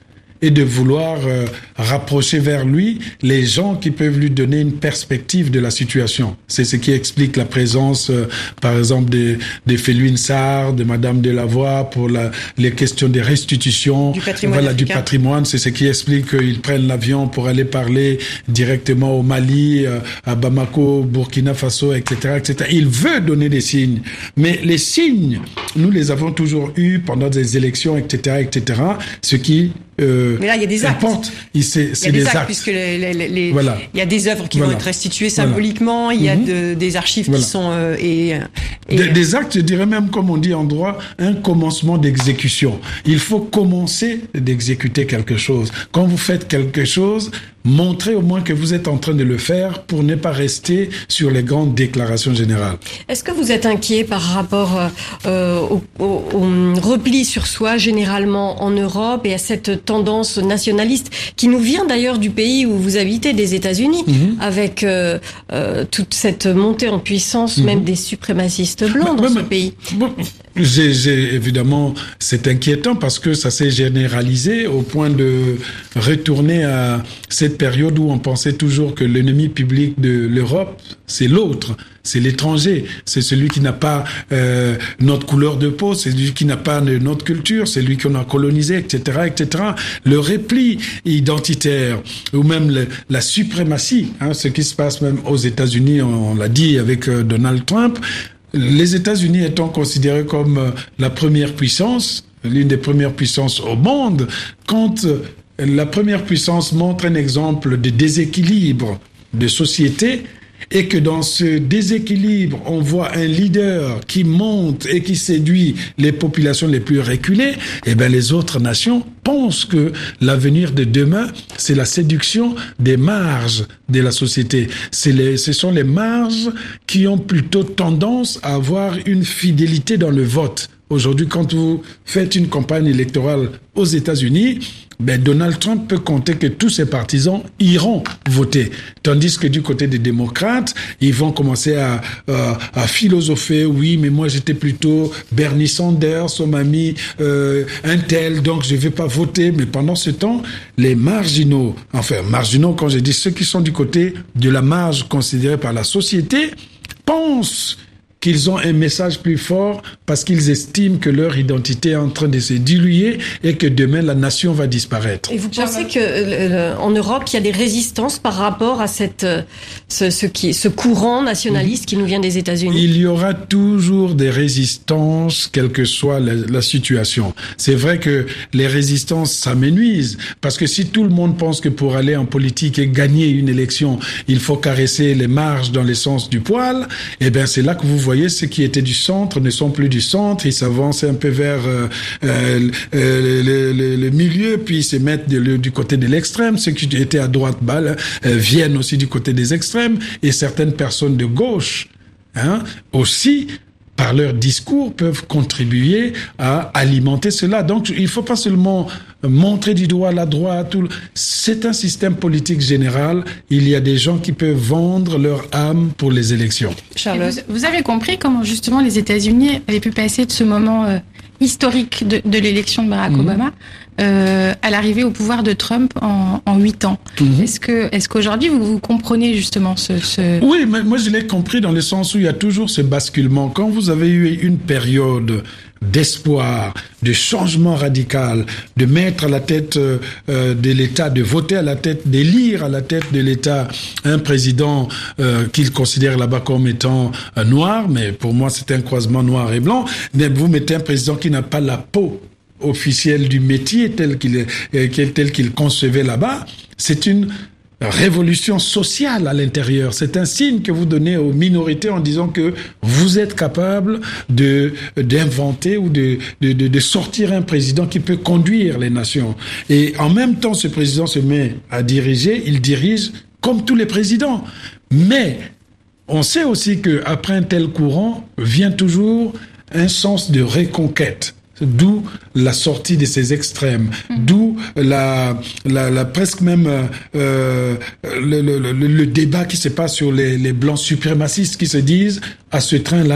et de vouloir euh, rapprocher vers lui les gens qui peuvent lui donner une perspective de la situation. C'est ce qui explique la présence, euh, par exemple, de, de Felwine Sarr, de Madame Delavoye pour la, les questions des restitutions, du patrimoine, voilà, du patrimoine. C'est ce qui explique qu'ils prennent l'avion pour aller parler directement au Mali, euh, à Bamako, Burkina Faso, et cetera, et cetera. Il veut donner des signes, mais les signes, nous les avons toujours eus pendant des élections, et cetera, et cetera. Ce qui Euh, mais là, il y a des actes. Importe. Il, c'est, c'est il y a des, des actes, actes. puisque les, les, les, voilà. il y a des œuvres qui voilà. vont être restituées symboliquement. Voilà. Il y a mm-hmm. de, des archives voilà. qui sont euh, et, et des, des actes, je dirais même, comme on dit en droit, un commencement d'exécution. Il faut commencer d'exécuter quelque chose. Quand vous faites quelque chose, montrez au moins que vous êtes en train de le faire pour ne pas rester sur les grandes déclarations générales. Est-ce que vous êtes inquiet par rapport euh, au, au, au repli sur soi généralement en Europe et à cette tendance nationaliste qui nous vient d'ailleurs du pays où vous habitez, des États-Unis, mmh. avec euh, euh, toute cette montée en puissance, mmh. même des suprémacistes blancs bah, dans bah, ce bah, pays? Bon, j'ai, j'ai, évidemment, c'est inquiétant parce que ça s'est généralisé au point de retourner à cette période où on pensait toujours que l'ennemi public de l'Europe, c'est l'autre. C'est l'étranger, c'est celui qui n'a pas euh, notre couleur de peau, c'est celui qui n'a pas notre culture, c'est lui qu'on a colonisé, et cetera, et cetera. Le repli identitaire ou même le, la suprématie, hein, ce qui se passe même aux États-Unis, on, on l'a dit avec euh, Donald Trump. Les États-Unis étant considérés comme euh, la première puissance, l'une des premières puissances au monde, quand euh, la première puissance montre un exemple de déséquilibre de société, et que dans ce déséquilibre, on voit un leader qui monte et qui séduit les populations les plus reculées, eh ben les autres nations pensent que l'avenir de demain, c'est la séduction des marges de la société. C'est les, ce sont les marges qui ont plutôt tendance à avoir une fidélité dans le vote. Aujourd'hui, quand vous faites une campagne électorale aux États-Unis, ben Donald Trump peut compter que tous ses partisans iront voter. Tandis que du côté des démocrates, ils vont commencer à, à, à philosopher. Oui, mais moi j'étais plutôt Bernie Sanders, on m'a mis euh, un tel, donc je vais pas voter. Mais pendant ce temps, les marginaux, enfin marginaux quand je dis ceux qui sont du côté de la marge considérée par la société, pensent qu'ils ont un message plus fort parce qu'ils estiment que leur identité est en train de se diluer et que demain la nation va disparaître. Et vous pensez que euh, en Europe il y a des résistances par rapport à cette ce, ce qui ce courant nationaliste mmh. qui nous vient des États-Unis? Il y aura toujours des résistances, quelle que soit la, la situation. C'est vrai que les résistances s'amenuisent parce que si tout le monde pense que pour aller en politique et gagner une élection, il faut caresser les marges dans le sens du poil, eh ben c'est là que vous voyez ceux qui étaient du centre ne sont plus du centre, ils s'avancent un peu vers euh, euh, le, le, le milieu, puis ils se mettent de, le, du côté de l'extrême. Ceux qui étaient à droite bah, euh, viennent aussi du côté des extrêmes, et certaines personnes de gauche hein, aussi, par leur discours, peuvent contribuer à alimenter cela. Donc, il ne faut pas seulement montrer du doigt la droite. C'est un système politique général. Il y a des gens qui peuvent vendre leur âme pour les élections. Charlotte, vous, vous avez compris comment, justement, les États-Unis avaient pu passer de ce moment euh, historique de, de l'élection de Barack mmh. Obama euh, à l'arrivée au pouvoir de Trump en, en huit ans. Mmh. Est-ce que, est-ce qu'aujourd'hui vous, vous comprenez justement ce, ce... Oui, mais moi je l'ai compris dans le sens où il y a toujours ce basculement. Quand vous avez eu une période d'espoir, de changement radical, de mettre à la tête euh, de l'État, de voter à la tête, d'élire à la tête de l'État un président euh, qu'ils considèrent là-bas comme étant euh, noir, mais pour moi c'est un croisement noir et blanc. Mais vous mettez un président qui n'a pas la peau officielle du métier tel qu'il est, tel qu'il concevait là-bas, c'est une révolution sociale à l'intérieur. C'est un signe que vous donnez aux minorités en disant que vous êtes capable de d'inventer ou de, de, de, de sortir un président qui peut conduire les nations. Et en même temps, ce président se met à diriger, il dirige comme tous les présidents. Mais on sait aussi qu'après un tel courant, vient toujours un sens de reconquête. D'où la sortie de ces extrêmes, mmh. d'où la, la, la presque même euh, le, le, le, le débat qui se passe sur les, les blancs suprémacistes qui se disent à ce train-là,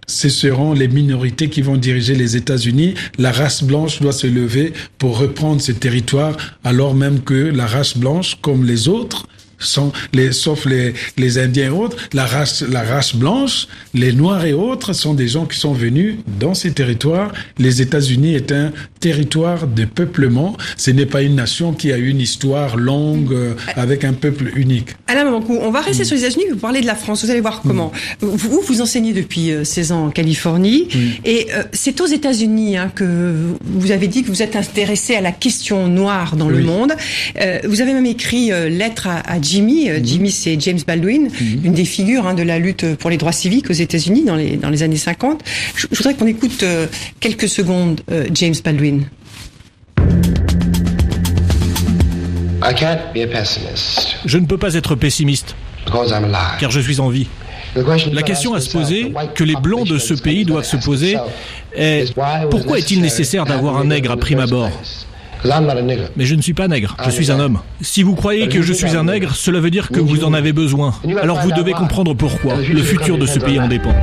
ce seront les minorités qui vont diriger les États-Unis. La race blanche doit se lever pour reprendre ces territoires, alors même que la race blanche, comme les autres, sont les, sauf les, les Indiens et autres, la race, la race blanche, les Noirs et autres sont des gens qui sont venus dans ces territoires. Les États-Unis est un territoire de peuplement. Ce n'est pas une nation qui a une histoire longue euh, avec un peuple unique. Alain Mabanckou, on va rester mmh. sur les États-Unis, vous parlez de la France, vous allez voir comment. Mmh. Vous, vous enseignez depuis seize ans en Californie, mmh. et euh, c'est aux États-Unis hein, que vous avez dit que vous êtes intéressé à la question noire dans oui. le monde. Euh, vous avez même écrit euh, Lettre à, à Jimmy. Euh, mmh. Jimmy, c'est James Baldwin, mmh. une des figures hein, de la lutte pour les droits civiques aux États-Unis dans les, dans les années cinquante. Je, je voudrais qu'on écoute euh, quelques secondes euh, James Baldwin. I can't be a pessimist. Je ne peux pas être pessimiste, car je suis en vie. La question à se poser, que les Blancs de ce pays doivent se poser, est pourquoi est-il nécessaire d'avoir un nègre à prime abord ? Mais je ne suis pas nègre, je suis un homme. Si vous croyez que je suis un nègre, cela veut dire que vous en avez besoin. Alors vous devez comprendre pourquoi. Le futur de ce pays en dépend.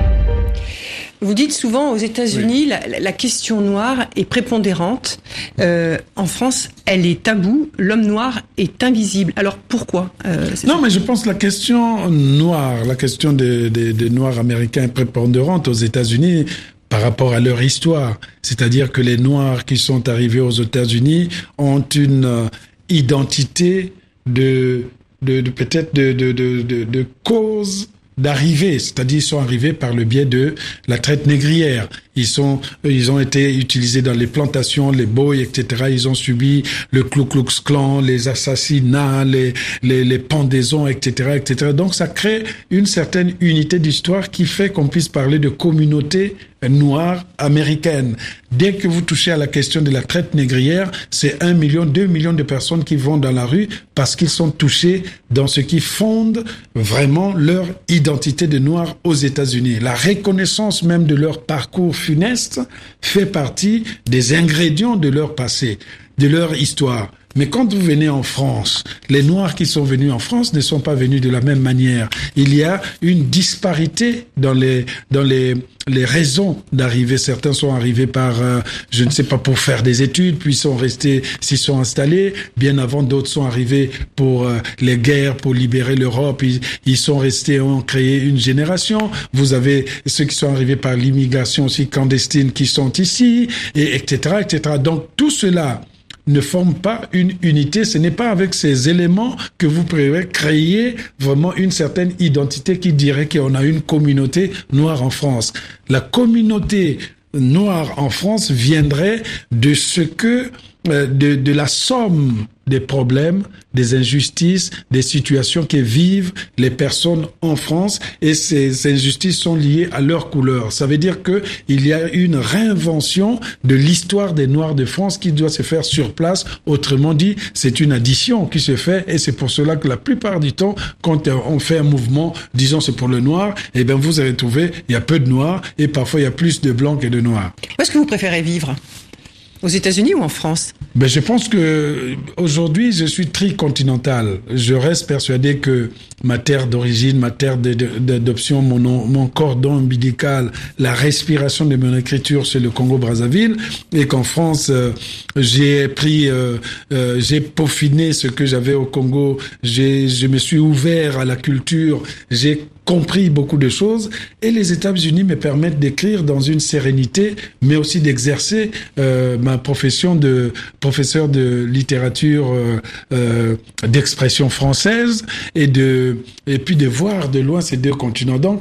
Vous dites souvent aux États-Unis, oui. la, la question noire est prépondérante. Euh, en France, elle est taboue. L'homme noir est invisible. Alors pourquoi euh, Non, ça mais je pense que la question noire, la question des, des, des Noirs américains est prépondérante aux États-Unis par rapport à leur histoire. C'est-à-dire que les Noirs qui sont arrivés aux États-Unis ont une euh, identité de, de, de peut-être de, de, de, de, de cause d'arrivée, c'est-à-dire ils sont arrivés par le biais de la traite négrière. Ils sont, ils ont été utilisés dans les plantations, les boys, et cetera. Ils ont subi le Ku Klux Klan, les assassinats, les, les, les pendaisons, et cetera, et cetera. Donc ça crée une certaine unité d'histoire qui fait qu'on puisse parler de communauté noire américaine. Dès que vous touchez à la question de la traite négrière, c'est un million, deux millions de personnes qui vont dans la rue parce qu'ils sont touchés dans ce qui fonde vraiment leur identité de noirs aux États-Unis. La reconnaissance même de leur parcours funeste fait partie des ingrédients de leur passé, de leur histoire. Mais quand vous venez en France, les Noirs qui sont venus en France ne sont pas venus de la même manière. Il y a une disparité dans les dans les les raisons d'arriver. Certains sont arrivés par, euh, je ne sais pas, pour faire des études, puis sont restés, s'y sont installés. Bien avant, d'autres sont arrivés pour euh, les guerres, pour libérer l'Europe. Ils, ils sont restés, ont créé une génération. Vous avez ceux qui sont arrivés par l'immigration aussi clandestine qui sont ici, et etc., et cetera. Donc tout cela ne forme pas une unité. Ce n'est pas avec ces éléments que vous pourrez créer vraiment une certaine identité qui dirait qu'on a une communauté noire en France. La communauté noire en France viendrait de ce que, euh, de, de la somme des problèmes, des injustices, des situations que vivent les personnes en France, et ces injustices sont liées à leur couleur. Ça veut dire que il y a une réinvention de l'histoire des Noirs de France qui doit se faire sur place. Autrement dit, c'est une addition qui se fait, et c'est pour cela que la plupart du temps, quand on fait un mouvement, disons c'est pour le noir, eh bien vous allez trouver, il y a peu de noirs, et parfois il y a plus de blancs que de noirs. Où est-ce que vous préférez vivre ? Aux États-Unis ou en France ? Ben, je pense que aujourd'hui, je suis tricontinental. Je reste persuadé que ma terre d'origine, ma terre d'adoption, mon, mon cordon ombilical, la respiration de mon écriture, c'est le Congo-Brazzaville, et qu'en France, euh, j'ai pris, euh, euh, j'ai peaufiné ce que j'avais au Congo. J'ai, je me suis ouvert à la culture. J'ai compris beaucoup de choses, et les États-Unis me permettent d'écrire dans une sérénité, mais aussi d'exercer euh, ma profession de professeur de littérature euh, euh, d'expression française, et de et puis de voir de loin ces deux continents. Donc,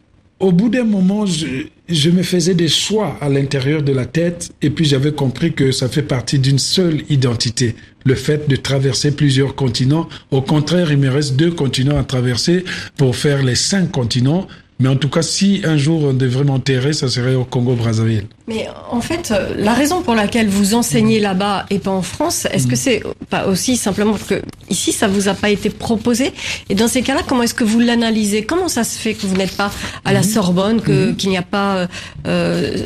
au bout d'un moment, je, je me faisais des choix à l'intérieur de la tête, et puis j'avais compris que ça fait partie d'une seule identité, le fait de traverser plusieurs continents. Au contraire, il me reste deux continents à traverser pour faire les cinq continents. Mais en tout cas, si un jour on devrait m'enterrer, ça serait au Congo-Brazzaville. Mais en fait, la raison pour laquelle vous enseignez là-bas et pas en France, est-ce que c'est pas aussi simplement que ici, ça vous a pas été proposé? Et dans ces cas-là, comment est-ce que vous l'analysez? Comment ça se fait que vous n'êtes pas à la Sorbonne, que, qu'il n'y a pas euh,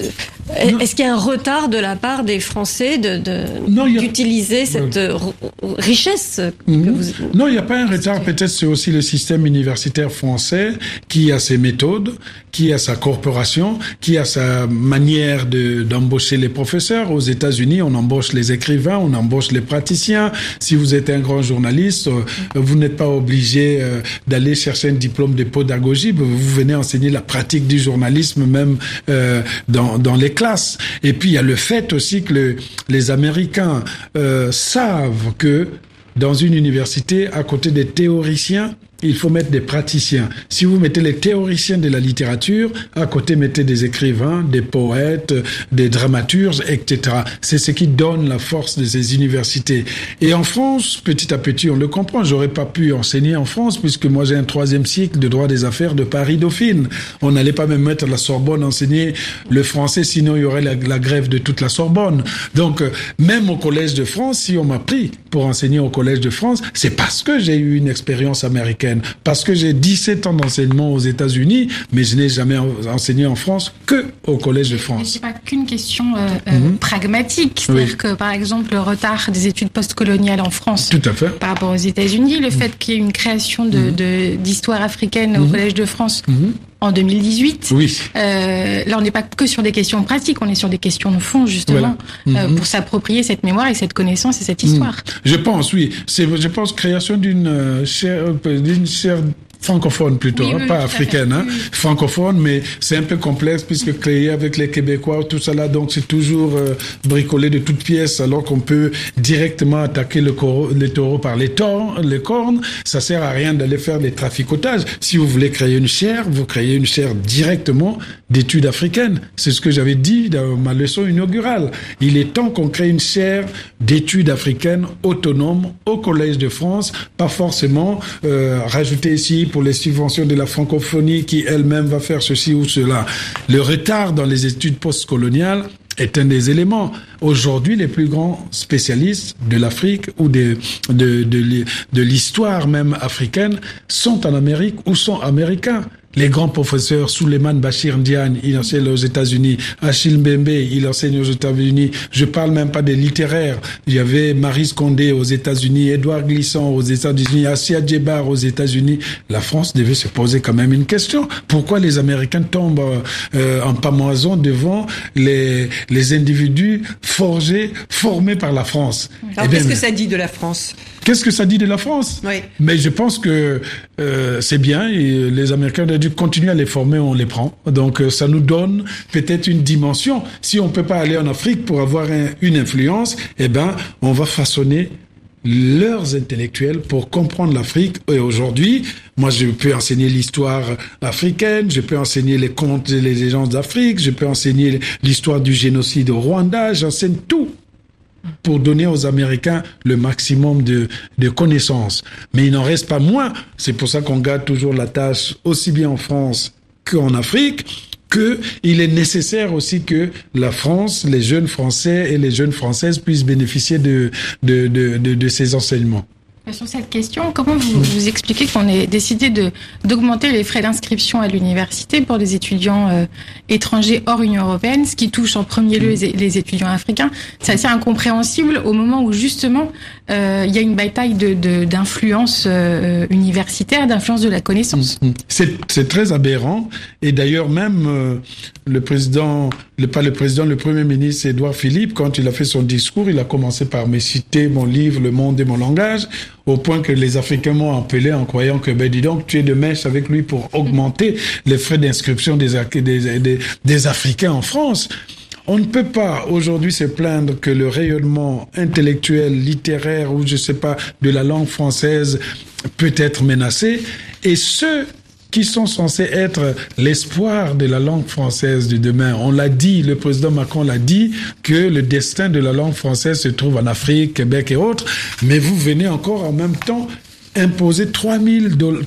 Non. Est-ce qu'il y a un retard de la part des Français de, de non, d'utiliser a... cette non. richesse mmh. que vous... Non, il n'y a pas un retard. Peut-être c'est aussi le système universitaire français qui a ses méthodes, qui a sa corporation, qui a sa manière de, d'embaucher les professeurs. Aux États-Unis, on embauche les écrivains, on embauche les praticiens. Si vous êtes un grand journaliste, mmh. vous n'êtes pas obligé d'aller chercher un diplôme de pédagogie. Vous venez enseigner la pratique du journalisme même euh, dans, dans les classes. Et puis il y a le fait aussi que le, les Américains euh, savent que dans une université, à côté des théoriciens, il faut mettre des praticiens. Si vous mettez les théoriciens de la littérature, à côté mettez des écrivains, des poètes, des dramaturges, et cetera. C'est ce qui donne la force de ces universités. Et en France, petit à petit, on le comprend. J'aurais pas pu enseigner en France puisque moi j'ai un troisième cycle de droit des affaires de Paris-Dauphine. On n'allait pas même mettre à la Sorbonne enseigner le français, sinon il y aurait la, la grève de toute la Sorbonne. Donc, même au Collège de France, si on m'a pris pour enseigner au Collège de France, c'est parce que j'ai eu une expérience américaine. Parce que j'ai dix-sept ans d'enseignement aux États-Unis, mais je n'ai jamais enseigné en France que au Collège de France. Mais c'est pas qu'une question euh, mm-hmm. pragmatique. C'est-à-dire oui. que, par exemple, le retard des études postcoloniales en France Tout à fait. par rapport aux États-Unis, le mm-hmm. fait qu'il y ait une création de, mm-hmm. de, d'histoire africaine au mm-hmm. Collège de France mm-hmm. en deux mille dix-huit. Oui. Euh, là, on n'est pas que sur des questions pratiques, on est sur des questions de fond, justement, voilà. mm-hmm. euh, pour s'approprier cette mémoire et cette connaissance et cette histoire. Mm. Je pense, oui. C'est, je pense, création d'une euh, chaire, d'une chaire francophone plutôt, oui, hein, oui, pas africaine, hein, oui. francophone, mais c'est un peu complexe puisque créé avec les Québécois, tout ça là, donc c'est toujours euh, bricolé de toutes pièces, alors qu'on peut directement attaquer le, coro, le taureau par les, tor- les cornes. Ça sert à rien d'aller faire des traficotages. Si vous voulez créer une chaire, vous créez une chaire directement d'études africaines. C'est ce que j'avais dit dans ma leçon inaugurale. Il est temps qu'on crée une chaire d'études africaines autonomes au Collège de France, pas forcément euh, rajouter ici pour les subventions de la francophonie qui elle-même va faire ceci ou cela. Le retard dans les études postcoloniales est un des éléments. Aujourd'hui, les plus grands spécialistes de l'Afrique ou de, de, de, de l'histoire même africaine sont en Amérique ou sont américains. Les grands professeurs, Souleymane Bachir Ndiaye, il enseigne aux États-Unis. Achille Mbembe, il enseigne aux États-Unis. Je parle même pas des littéraires. Il y avait Maryse Condé aux États-Unis, Édouard Glissant aux États-Unis, Assia Djebar aux États-Unis. La France devait se poser quand même une question. Pourquoi les Américains tombent euh, en pamoison devant les, les individus forgés, formés par la France? Alors, eh qu'est-ce bien, que ça dit de la France? Qu'est-ce que ça dit de la France? Oui. Mais je pense que euh, c'est bien et les Américains ont dû continuer à les former, on les prend. Donc euh, ça nous donne peut-être une dimension. Si on peut pas aller en Afrique pour avoir un, une influence, eh ben on va façonner leurs intellectuels pour comprendre l'Afrique. Et aujourd'hui, moi, je peux enseigner l'histoire africaine, je peux enseigner les contes et les légendes d'Afrique, je peux enseigner l'histoire du génocide au Rwanda, j'enseigne tout pour donner aux Américains le maximum de, de connaissances. Mais il n'en reste pas moins. C'est pour ça qu'on garde toujours la tâche aussi bien en France qu'en Afrique, qu'il est nécessaire aussi que la France, les jeunes Français et les jeunes Françaises puissent bénéficier de, de, de, de, de ces enseignements. Sur cette question, comment vous, vous expliquez qu'on ait décidé de, d'augmenter les frais d'inscription à l'université pour les étudiants euh, étrangers hors Union européenne, ce qui touche en premier lieu les, les étudiants africains? C'est assez incompréhensible au moment où justement euh, il y a une bataille de, de, d'influence euh, universitaire, d'influence de la connaissance. C'est, c'est très aberrant. Et d'ailleurs même euh, le président, le, pas le président, le premier ministre Édouard Philippe, quand il a fait son discours, il a commencé par me citer mon livre Le Monde et mon langage, au point que les Africains m'ont appelé en croyant que, ben dis donc, tu es de mèche avec lui pour augmenter les frais d'inscription des, des, des, des Africains en France. On ne peut pas aujourd'hui se plaindre que le rayonnement intellectuel, littéraire ou je sais pas, de la langue française peut être menacé. Et ceux qui sont censés être l'espoir de la langue française de demain. On l'a dit, le président Macron l'a dit, que le destin de la langue française se trouve en Afrique, Québec et autres, mais vous venez encore en même temps imposer trois mille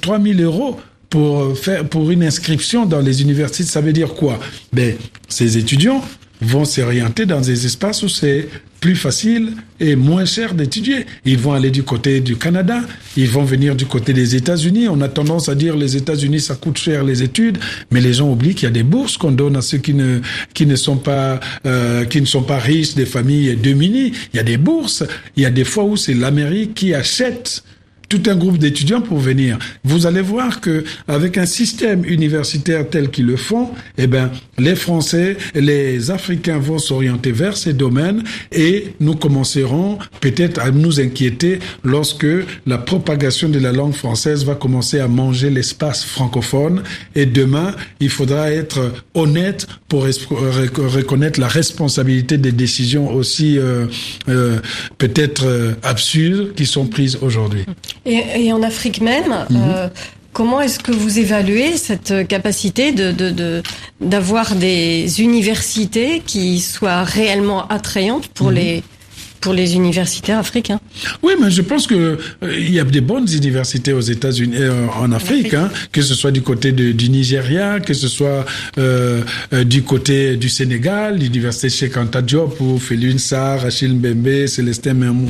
euros pour faire, pour une inscription dans les universités. Ça veut dire quoi? Ben, ces étudiants vont s'orienter dans des espaces où c'est plus facile et moins cher d'étudier. Ils vont aller du côté du Canada, ils vont venir du côté des États-Unis. On a tendance à dire les États-Unis, ça coûte cher les études, mais les gens oublient qu'il y a des bourses qu'on donne à ceux qui ne qui ne sont pas euh, qui ne sont pas riches, des familles démunies. Il y a des bourses. Il y a des fois où c'est l'Amérique qui achète tout un groupe d'étudiants pour venir. Vous allez voir que avec un système universitaire tel qu'ils le font, eh ben, les Français, les Africains vont s'orienter vers ces domaines et nous commencerons peut-être à nous inquiéter lorsque la propagation de la langue française va commencer à manger l'espace francophone. Et demain, il faudra être honnête pour reconnaître la responsabilité des décisions aussi euh, euh, peut-être euh, absurdes qui sont prises aujourd'hui. Et, et en Afrique même, mmh. euh, comment est-ce que vous évaluez cette capacité de, de, de, d'avoir des universités qui soient réellement attrayantes pour mmh. les pour les universitaires africains? Oui, mais je pense que euh, il y a des bonnes universités aux États-Unis, euh, en Afrique, hein, que ce soit du côté de, du Nigeria, que ce soit euh, euh, du côté du Sénégal, l'université Cheikh Anta Diop, où Félix Sarr, Achille Mbembe, Célestin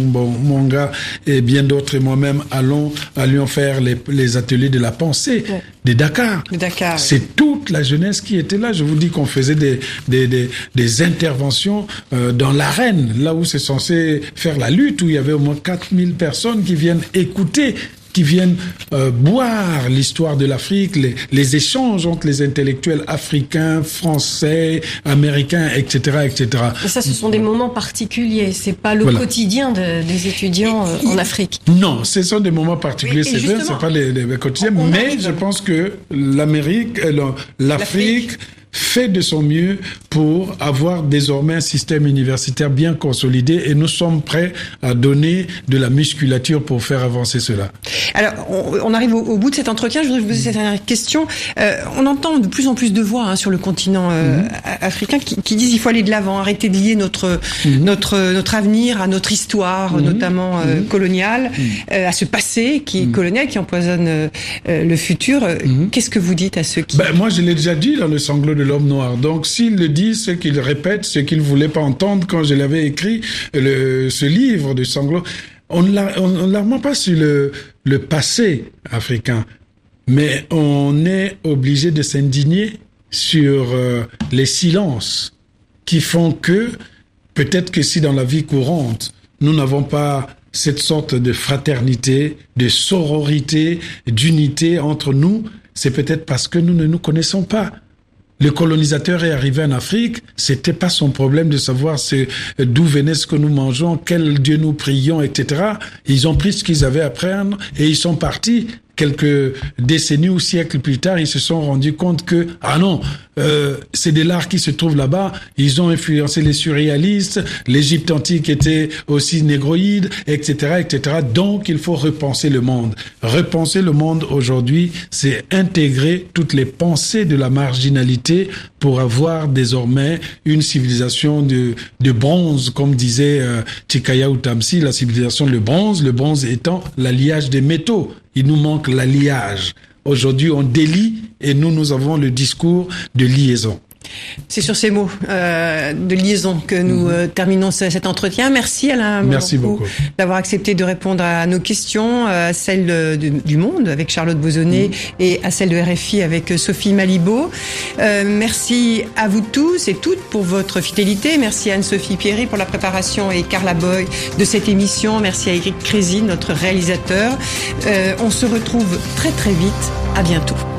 Monga et bien d'autres, et moi-même allons allions faire les, les ateliers de la pensée ouais. de Dakar. De Dakar. C'est oui. toute la jeunesse qui était là. Je vous dis qu'on faisait des des des, des interventions euh, dans l'arène, là où c'est censé faire la lutte, où il y avait au moins quatre mille personnes qui viennent écouter, qui viennent euh, boire l'histoire de l'Afrique, les, les échanges entre les intellectuels africains, français, américains, et cetera, et cetera. Et ça, ce sont des moments particuliers. C'est pas le voilà. quotidien de, des étudiants euh, en Afrique. Non, ce sont des moments particuliers. C'est vrai, c'est pas les, les quotidiens. Mais je pense que l'Amérique, euh, l'Afrique fait de son mieux pour avoir désormais un système universitaire bien consolidé et nous sommes prêts à donner de la musculature pour faire avancer cela. Alors, on, on arrive au, au bout de cet entretien. Je voudrais vous poser cette dernière question. Euh, on entend de plus en plus de voix hein, sur le continent euh, mmh. africain qui, qui disent qu'il faut aller de l'avant, arrêter de lier notre mmh. notre notre avenir à notre histoire, mmh. notamment euh, mmh. coloniale, mmh. euh, à ce passé qui est mmh. colonial, qui empoisonne euh, le futur. Mmh. Qu'est-ce que vous dites à ceux qui... Ben, moi, je l'ai déjà dit dans le sanglot de l'homme noir. Donc, s'il le dit, c'est qu'il répète ce qu'il voulait pas entendre quand je l'avais écrit le, ce livre de sanglot. On ne l'a, on, on l'a pas sur le, le passé africain, mais on est obligé de s'indigner sur euh, les silences qui font que peut-être que si dans la vie courante, nous n'avons pas cette sorte de fraternité, de sororité, d'unité entre nous, c'est peut-être parce que nous ne nous connaissons pas. Le colonisateur est arrivé en Afrique, c'était pas son problème de savoir ce, d'où venait ce que nous mangeons, quel Dieu nous prions, et cetera. Ils ont pris ce qu'ils avaient à prendre et ils sont partis. Quelques décennies ou siècles plus tard, ils se sont rendus compte que, ah non, euh, c'est de l'art qui se trouve là-bas. Ils ont influencé les surréalistes, l'Égypte antique était aussi négroïde, et cetera, et cetera. Donc, il faut repenser le monde. Repenser le monde aujourd'hui, c'est intégrer toutes les pensées de la marginalité pour avoir désormais une civilisation de, de bronze, comme disait euh, Tchikaya Utamsi, la civilisation de bronze, le bronze étant l'alliage des métaux. Il nous manque l'alliage. Aujourd'hui, on délie et nous, nous avons le discours de liaison. C'est sur ces mots euh, de liaison que nous mmh. euh, terminons ce, cet entretien. Merci Alain Merci beaucoup d'avoir accepté de répondre à nos questions, à celles de, de, du Monde avec Charlotte Bozonnet mmh. et à celles de R F I avec Sophie Malibaud. Euh, merci à vous tous et toutes pour votre fidélité. Merci à Anne-Sophie Pierry pour la préparation et Carla Boy de cette émission. Merci à Eric Crézy, notre réalisateur. Euh, on se retrouve très très vite. À bientôt.